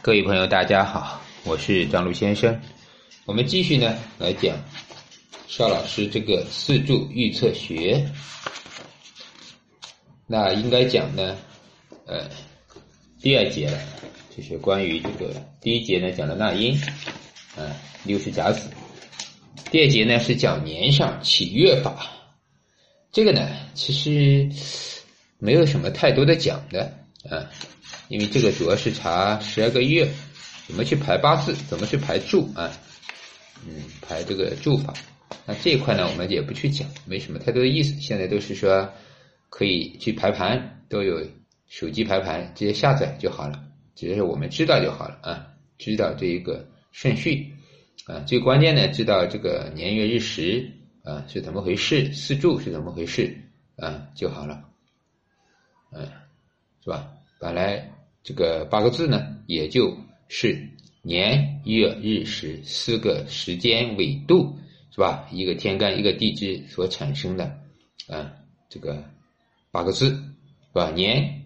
各位朋友大家好，我是张璐先生。我们继续呢来讲邵老师这个四柱预测学。那应该讲呢第二节了，就是关于这个第一节呢讲的纳音六十甲子，第二节呢是讲年上起乐法。这个呢其实没有什么太多的讲的因为这个主要是查12个月怎么去排八字，怎么去排柱排这个柱法。那这一块呢我们也不去讲，没什么太多的意思。现在都是说可以去排盘，都有手机排盘，直接下载就好了，只是我们知道就好了知道这一个顺序最关键的知道这个年月日时是怎么回事，四柱是怎么回事就好了是吧？本来这个8个字呢也就是年月日时4个时间纬度是吧？一个天干一个地支所产生的这个8个字是吧？年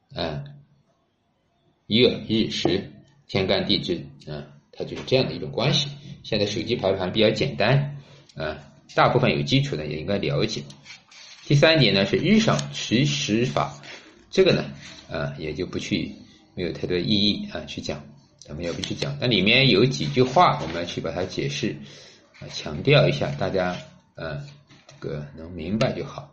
月日时天干地支它就是这样的一种关系。现在手机排盘比较简单大部分有基础的也应该了解。第三节呢是日上持时法，这个呢也就没有太多意义去讲，咱们也不去讲。那里面有几句话我们去把它解释强调一下，大家这个能明白就好。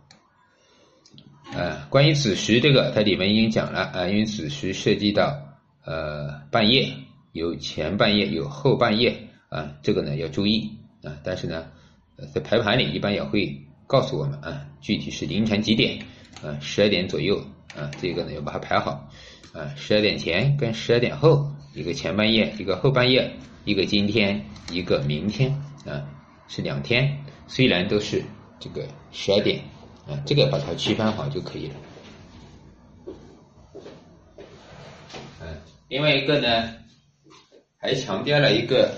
关于子时这个它里面已经讲了因为子时涉及到半夜，有前半夜有后半夜这个呢要注意但是呢在排盘里一般也会告诉我们具体是凌晨几点12点左右这个呢要把它排好12点前跟12点后，一个前半夜一个后半夜，一个今天一个明天是2天，虽然都是这个12点这个把它区分好就可以了另外一个呢还强调了一个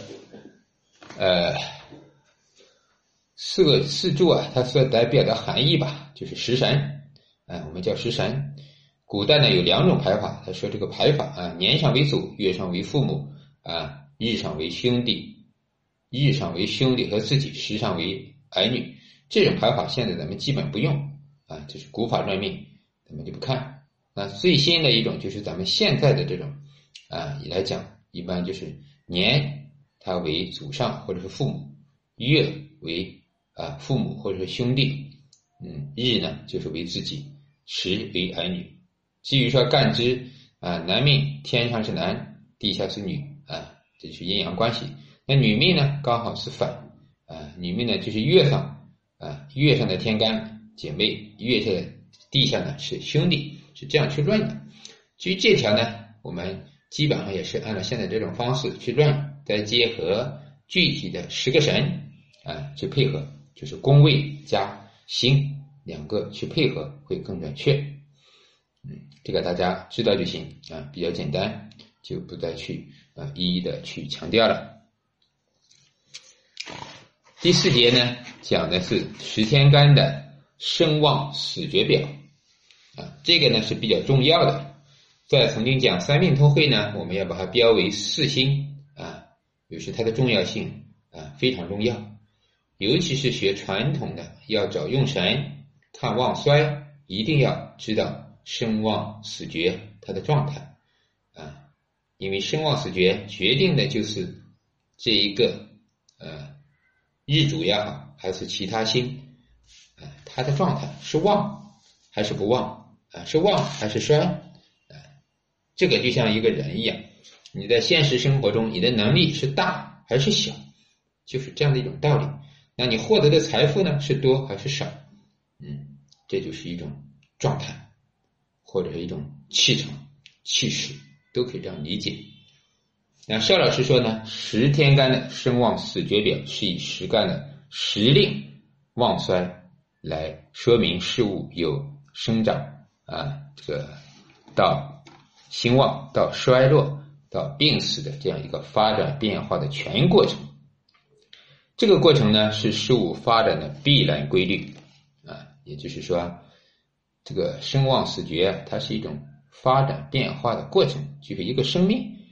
四柱它所代表的含义吧，就是食神我们叫食神。古代呢有2种排法，他说这个排法年上为祖，月上为父母日上为兄弟和自己，时上为儿女。这种排法现在咱们基本不用这是古法乱命，咱们就不看。那最新的一种就是咱们现在的这种来讲，一般就是年它为祖上或者是父母，月为父母或者是兄弟日呢就是为自己，时为儿女。至于说干支男命天上是男地下是女这就是阴阳关系。那女命呢刚好是反女命呢就是月上的天干姐妹，月下的地下呢是兄弟，是这样去论的。至于这条呢我们基本上也是按照现在这种方式去论，再结合具体的10个神去配合，就是宫位加星2个去配合会更准确这个大家知道就行比较简单，就不再去一一的去强调了。第4节呢讲的是10天干的生旺死绝表这个呢是比较重要的。在曾经讲三命通会呢，我们要把它标为4星就是它的重要性非常重要，尤其是学传统的要找用神看旺衰，一定要知道生旺死绝它的状态因为生旺死绝决定的就是这一个日主也好还是其他星它的状态是旺还是不旺是旺还是衰这个就像一个人一样，你在现实生活中你的能力是大还是小，就是这样的一种道理。那你获得的财富呢是多还是少这就是一种状态，或者是一种气场气势，都可以这样理解。那邵老师说呢10天干的生旺死绝表是以10干的时令旺衰来说明事物有生长这个到兴旺到衰落到病死的这样一个发展变化的全过程。这个过程呢是事物发展的必然规律也就是说这个生旺死绝它是一种发展变化的过程，就是一个生命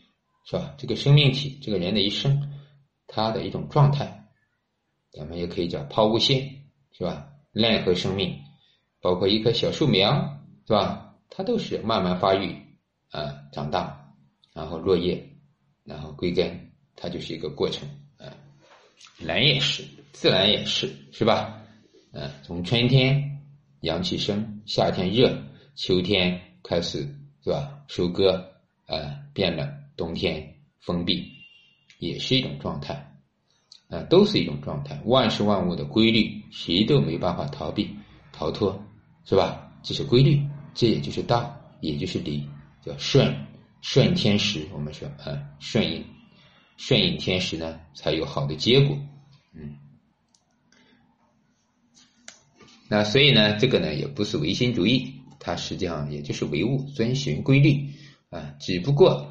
是吧？这个生命体，这个人的一生，它的一种状态，咱们也可以叫抛物线，是吧？任何生命，包括一棵小树苗，是吧？它都是慢慢发育长大，然后落叶，然后归根，它就是一个过程人也是，自然也是，是吧？从春天阳气生，夏天热，秋天开始，是吧？收割，变冷，冬天封闭，也是一种状态，都是一种状态。万事万物的规律，谁都没办法逃避、逃脱，是吧？这是规律，这也就是道，也就是理，叫顺天时。我们说，顺应天时呢，才有好的结果。那所以呢，这个呢也不是唯心主义，它实际上也就是唯物，遵循规律只不过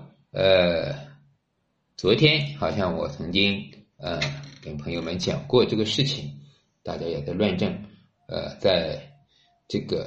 昨天好像我曾经跟朋友们讲过这个事情，大家也在论证，在这个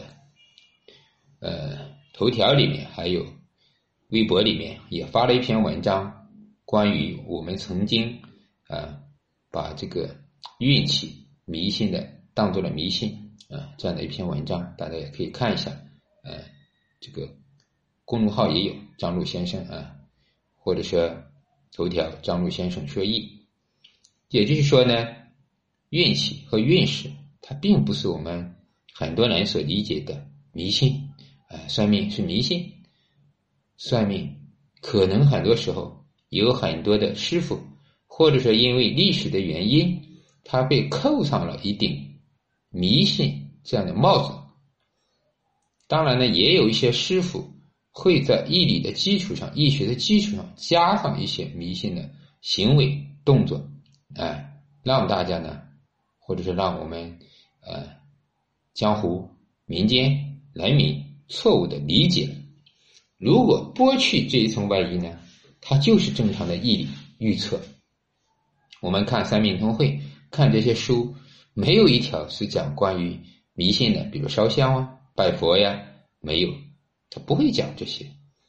头条里面还有微博里面也发了一篇文章，关于我们曾经把这个运气迷信的当做了迷信这样的一篇文章，大家也可以看一下，这个公众号也有张璐先生或者说头条张璐先生说易。也就是说呢，运气和运势它并不是我们很多人所理解的迷信，算命是迷信，算命可能很多时候有很多的师傅，或者说因为历史的原因，他被扣上了一顶迷信这样的帽子。当然呢，也有一些师傅会在义理的基础上、易学的基础上加上一些迷信的行为动作，让大家呢，或者是让我们江湖民间人民错误的理解。如果剥去这一层外衣呢，它就是正常的义理预测。我们看三命通会，看这些书，没有一条是讲关于迷信的，比如烧香拜佛呀，没有，他不会讲这些。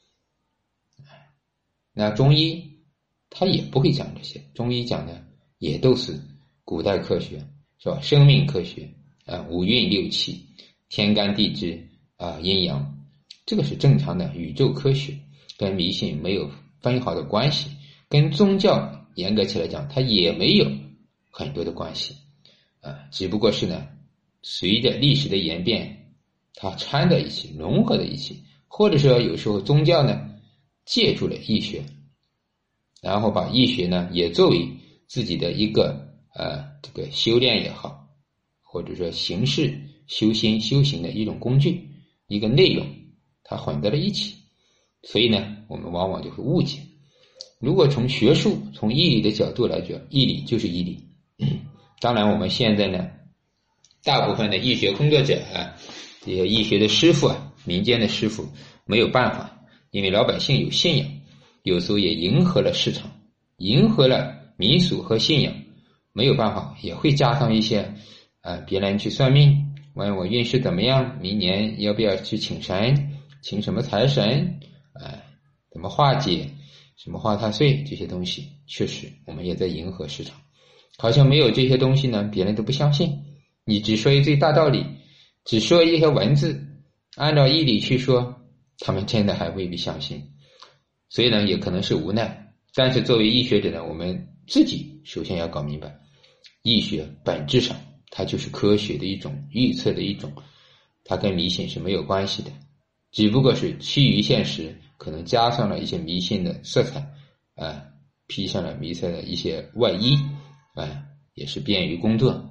那中医他也不会讲这些，中医讲的也都是古代科学，是吧？生命科学五运六气，天干地支阴阳，这个是正常的宇宙科学，跟迷信没有分毫的关系，跟宗教严格起来讲，它也没有很多的关系只不过是呢，随着历史的演变，它掺在一起，融合在一起，或者说有时候宗教呢借助了易学，然后把易学呢也作为自己的一个这个修炼也好，或者说形式修心修行的一种工具，一个内容，它混在了一起，所以呢我们往往就会误解。如果从学术从义理的角度来讲，义理就是义理当然我们现在呢大部分的易学工作者这些易学的师傅民间的师傅没有办法，因为老百姓有信仰，有时候也迎合了市场，迎合了民俗和信仰，没有办法，也会加上一些别人去算命，问我运势怎么样，明年要不要去请神，请什么财神怎么化解，什么化太岁，这些东西确实我们也在迎合市场。好像没有这些东西呢，别人都不相信，你只说一句大道理，只说一些文字，按照义理去说，他们真的还未必相信。所以呢也可能是无奈，但是作为易学者呢，我们自己首先要搞明白，易学本质上它就是科学的一种预测的一种，它跟迷信是没有关系的，只不过是趋于现实，可能加上了一些迷信的色彩披上了迷信的一些外衣也是便于工作。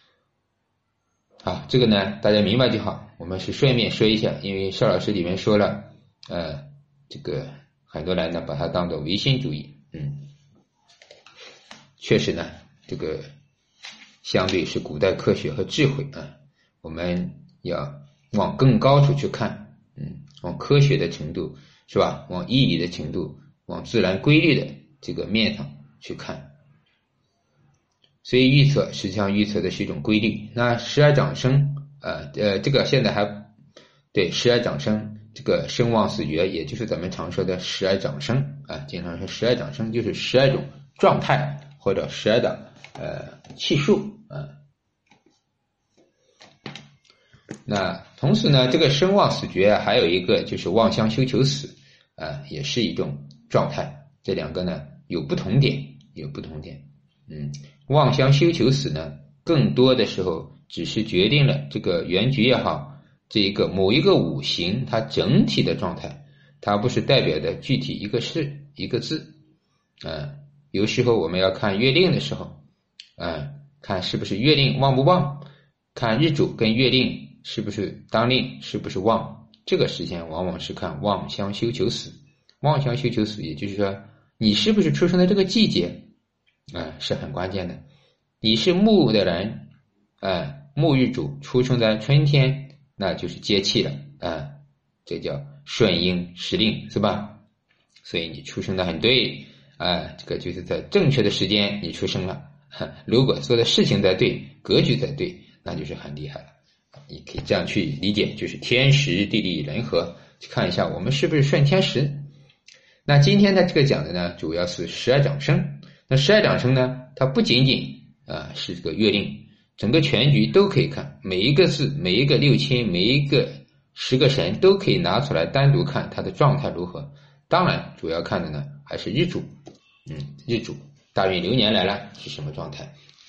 好，这个呢大家明白就好。我们是顺便说一下，因为邵老师里面说了这个很多人呢把它当作唯心主义确实呢这个相对是古代科学和智慧我们要往更高处去看往科学的程度是吧，往义理的程度，往自然规律的这个面上去看。所以预测实际上预测的是一种规律。那十二长生这个现在还对十二长生这个声望死绝，也就是咱们常说的12长生啊，经常说12长生就是12种状态或者12的气数啊。那同时呢，这个声望死绝还有一个就是望乡修求死啊，也是一种状态。这两个呢有不同点。望乡修求死呢，更多的时候只是决定了这个原局也好，这一个某一个五行它整体的状态，它不是代表的具体一个事一个字。有时候我们要看月令的时候，看是不是月令旺不旺，看日主跟月令是不是当令是不是旺，这个时间往往是看望乡修求死。望乡修求死，也就是说你是不是出生的这个季节是很关键的。你是木的人木日主出生在春天，那就是接气了这叫顺应时令，是吧？所以你出生的很对这个就是在正确的时间你出生了。如果做的事情再对，格局再对，那就是很厉害了。你可以这样去理解，就是天时地利人和，去看一下我们是不是顺天时。那今天的这个讲的呢，主要是12长生。那12长生呢，它不仅仅是这个月令，整个全局都可以看，每一个字，每一个六亲，每一个10个神都可以拿出来单独看它的状态如何。当然主要看的呢还是日主，日主大运流年来了是什么状态。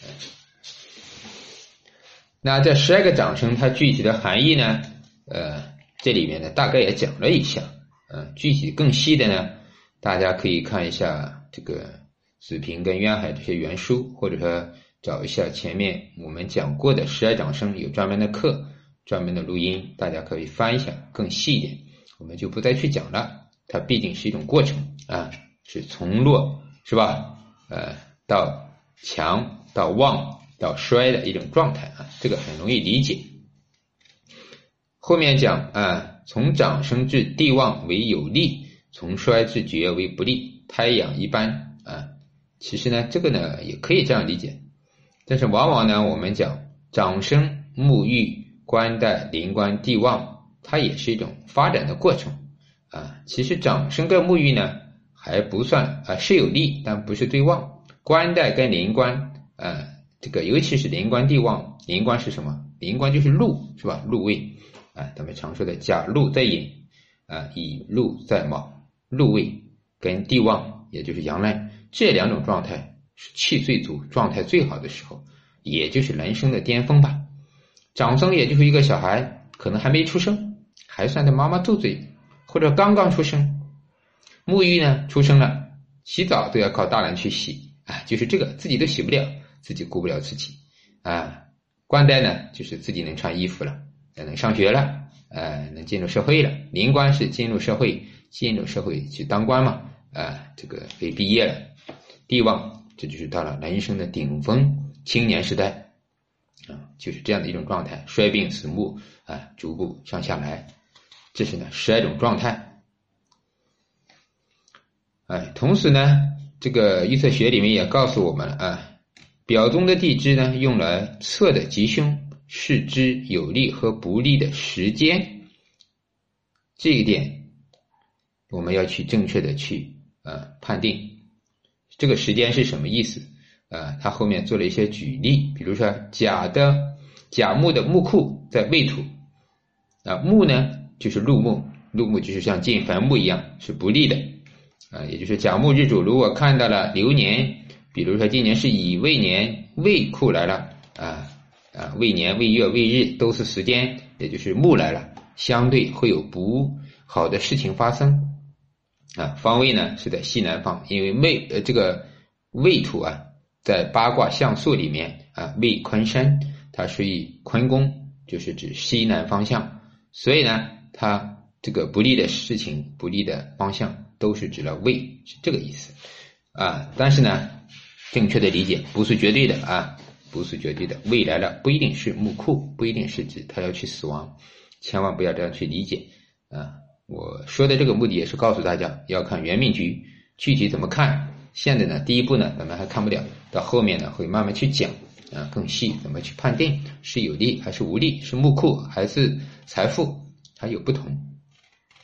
那这12个长生它具体的含义呢，这里面呢大概也讲了一下，具体更细的呢，大家可以看一下这个子平跟渊海这些原书，或者说找一下前面我们讲过的12长生有专门的课，专门的录音，大家可以翻一下更细一点，我们就不再去讲了。它毕竟是一种过程是从弱是吧到强到旺到衰的一种状态这个很容易理解。后面讲从长生至地旺为有利，从衰至绝为不利，胎养一般其实呢这个呢也可以这样理解，但是往往呢我们讲长生沐浴官带临官地旺，它也是一种发展的过程其实长生跟沐浴呢还不算是有利，但不是最旺。官带跟临官这个尤其是临官地旺，临官是什么？临官就是禄是吧？禄位咱们常说的甲禄在寅乙禄在卯，禄位跟地旺也就是阳刃，这两种状态是气最足状态最好的时候，也就是人生的巅峰吧。长生也就是一个小孩可能还没出生，还算他妈妈肚子里，或者刚刚出生。沐浴呢出生了，洗澡都要靠大人去洗就是这个自己都洗不了，自己顾不了自己官带呢就是自己能穿衣服了，能上学了能进入社会了。临官是进入社会去当官嘛这个可以毕业了。地旺这就是到了人生的顶峰，青年时代就是这样的一种状态，衰病死木逐步向下来，这是呢12种状态。同时呢这个预测学里面也告诉我们表中的地支呢用来测的吉凶，是之有利和不利的时间，这一点我们要去正确的去判定这个时间是什么意思他后面做了一些举例，比如说甲木的木库在未土木呢就是入木，入木就是像进坟墓一样是不利的也就是甲木日主如果看到了流年，比如说今年是乙未年，未库来了未年未月未日都是时间，也就是木来了，相对会有不好的事情发生方位呢是在西南方，因为这个未土在八卦象数里面未坤申，它属于坤宫，就是指西南方向，所以呢它这个不利的事情不利的方向都是指了未，是这个意思但是呢正确的理解不是绝对的不是绝对的，未来了不一定是木库，不一定是指他要去死亡，千万不要这样去理解我说的这个目的也是告诉大家要看原命局具体怎么看。现在呢第一步呢咱们还看不了，到后面呢会慢慢去讲更细怎么去判定是有利还是无利，是木库还是财富，它有不同。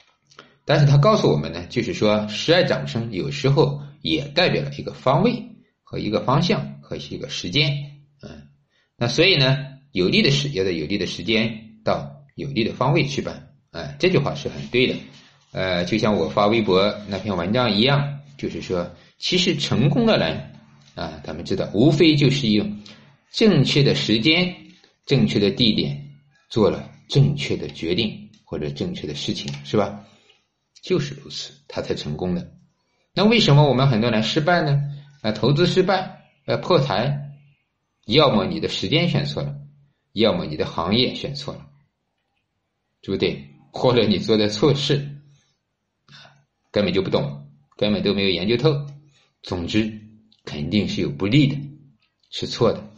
但是它告诉我们呢，就是说十二长生有时候也代表了一个方位和一个方向和一个时间。那所以呢，有利的事要在有利的时间到有利的方位去办。这句话是很对的。就像我发微博那篇文章一样，就是说其实成功的人他们知道无非就是用正确的时间正确的地点做了正确的决定或者正确的事情，是吧？就是如此，他才成功的。那为什么我们很多人失败呢？投资失败，破财，要么你的时间选错了，要么你的行业选错了，对不对？或者你做的错事，根本就不懂，根本都没有研究透。总之，肯定是有不利的，是错的。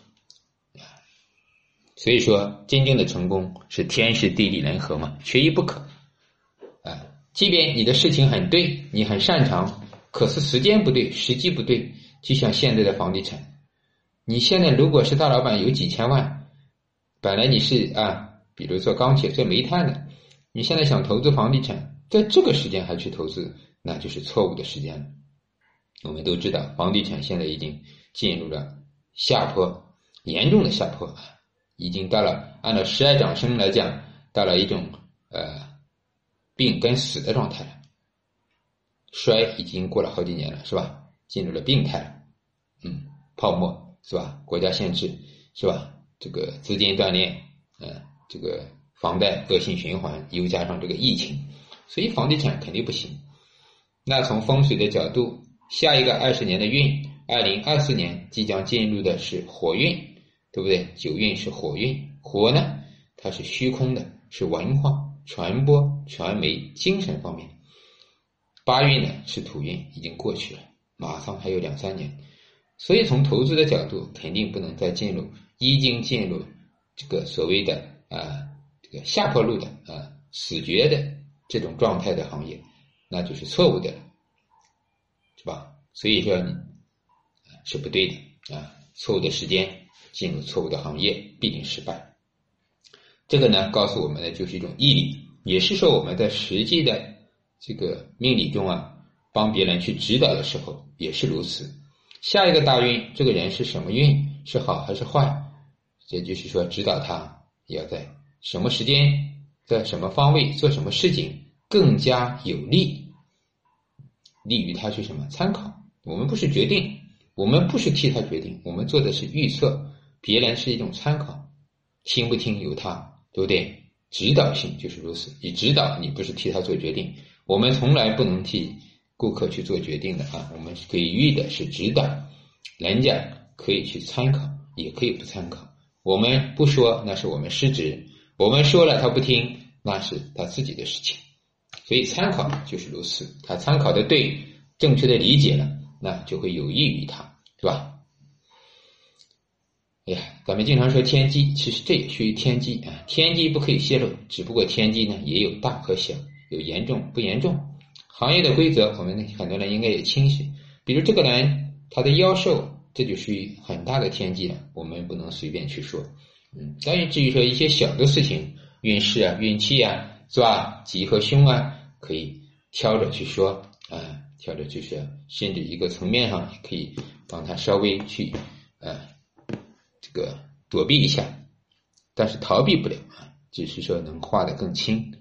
所以说，真正的成功是天时地利人和嘛，缺一不可。即便你的事情很对，你很擅长，可是时间不对，时机不对。就像现在的房地产，你现在如果是大老板有几千万，本来你是比如做钢铁做煤炭的，你现在想投资房地产，在这个时间还去投资，那就是错误的时间了。我们都知道房地产现在已经进入了下坡，严重的下坡，已经到了按照十二长生来讲，到了一种病跟死的状态了。衰已经过了好几年了，是吧？进入了病态了。泡沫，是吧？国家限制，是吧？这个资金断裂，这个房贷恶性循环，又加上这个疫情，所以房地产肯定不行。那从风水的角度，下一个20年的运，2024年即将进入的是火运，对不对？9运是火运，火呢，它是虚空的，是文化、传播、传媒、精神方面。8运呢是土运，已经过去了，马上还有2-3年。所以从投资的角度，肯定不能再已经进入这个所谓的这个下坡路的死绝的这种状态的行业，那就是错误的了，是吧？所以说是不对的错误的时间进入错误的行业必定失败。这个呢告诉我们的就是一种毅力，也是说我们在实际的这个命理中帮别人去指导的时候也是如此。下一个大运，这个人是什么运，是好还是坏，也就是说指导他要在什么时间在什么方位做什么事情更加有利于他去什么参考。我们不是决定，我们不是替他决定，我们做的是预测，别人是一种参考，听不听由他，对不对？指导性就是如此，你指导，你不是替他做决定。我们从来不能替顾客去做决定的我们给予的是指导，人家可以去参考，也可以不参考。我们不说，那是我们失职；我们说了他不听，那是他自己的事情。所以参考就是如此，他参考的对，正确的理解了，那就会有益于他，是吧？咱们经常说天机，其实这也属于天机天机不可以泄露，只不过天机呢也有大和小，有严重不严重。行业的规则我们很多人应该也清晰，比如这个人他的腰瘦，这就属于很大的天机了，我们不能随便去说。当然至于说一些小的事情，运势运气是吧？吉和凶可以挑着去说挑着去说，甚至一个层面上也可以帮他稍微去这个躲避一下，但是逃避不了只是说能画得更轻。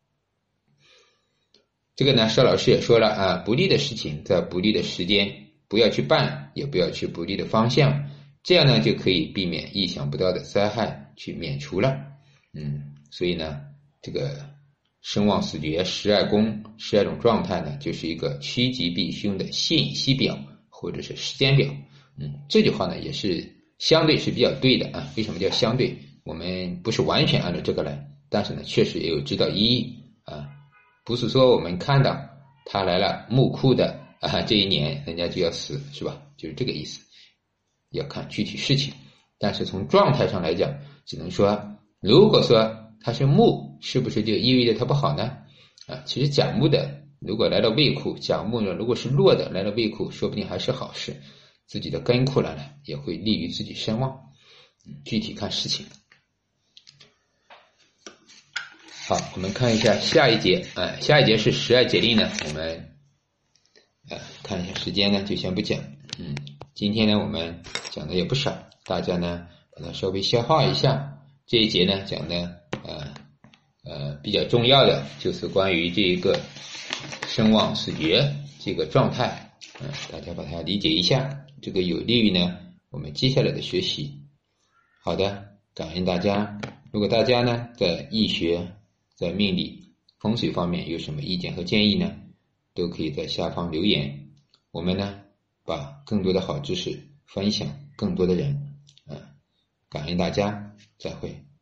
这个呢，邵老师也说了不利的事情在不利的时间不要去办，也不要去不利的方向，这样呢就可以避免意想不到的灾害去免除了。所以呢，这个生旺死绝12宫12种状态呢，就是一个趋吉避凶的信息表或者是时间表。这句话呢也是相对是比较对的为什么叫相对？我们不是完全按照这个来，但是呢确实也有指导意义不是说我们看到他来了木库的这一年人家就要死，是吧？就是这个意思，要看具体事情。但是从状态上来讲，只能说如果说他是木，是不是就意味着他不好呢？其实甲木的如果来到未库，甲木呢如果是弱的来到未库，说不定还是好事，自己的根库来了也会利于自己声望。具体看事情。 好，我们看一下下一节，下一节是12节令呢，我们看一下时间呢，就先不讲。今天呢我们讲的也不少，大家呢把它稍微消化一下。这一节呢讲的比较重要的就是关于这一个声望死绝这个状态，大家把它理解一下，这个有利于呢我们接下来的学习。好的，感恩大家。如果大家呢在易学、在命理、风水方面有什么意见和建议呢，都可以在下方留言，我们呢把更多的好知识分享更多的人。感恩大家，再会。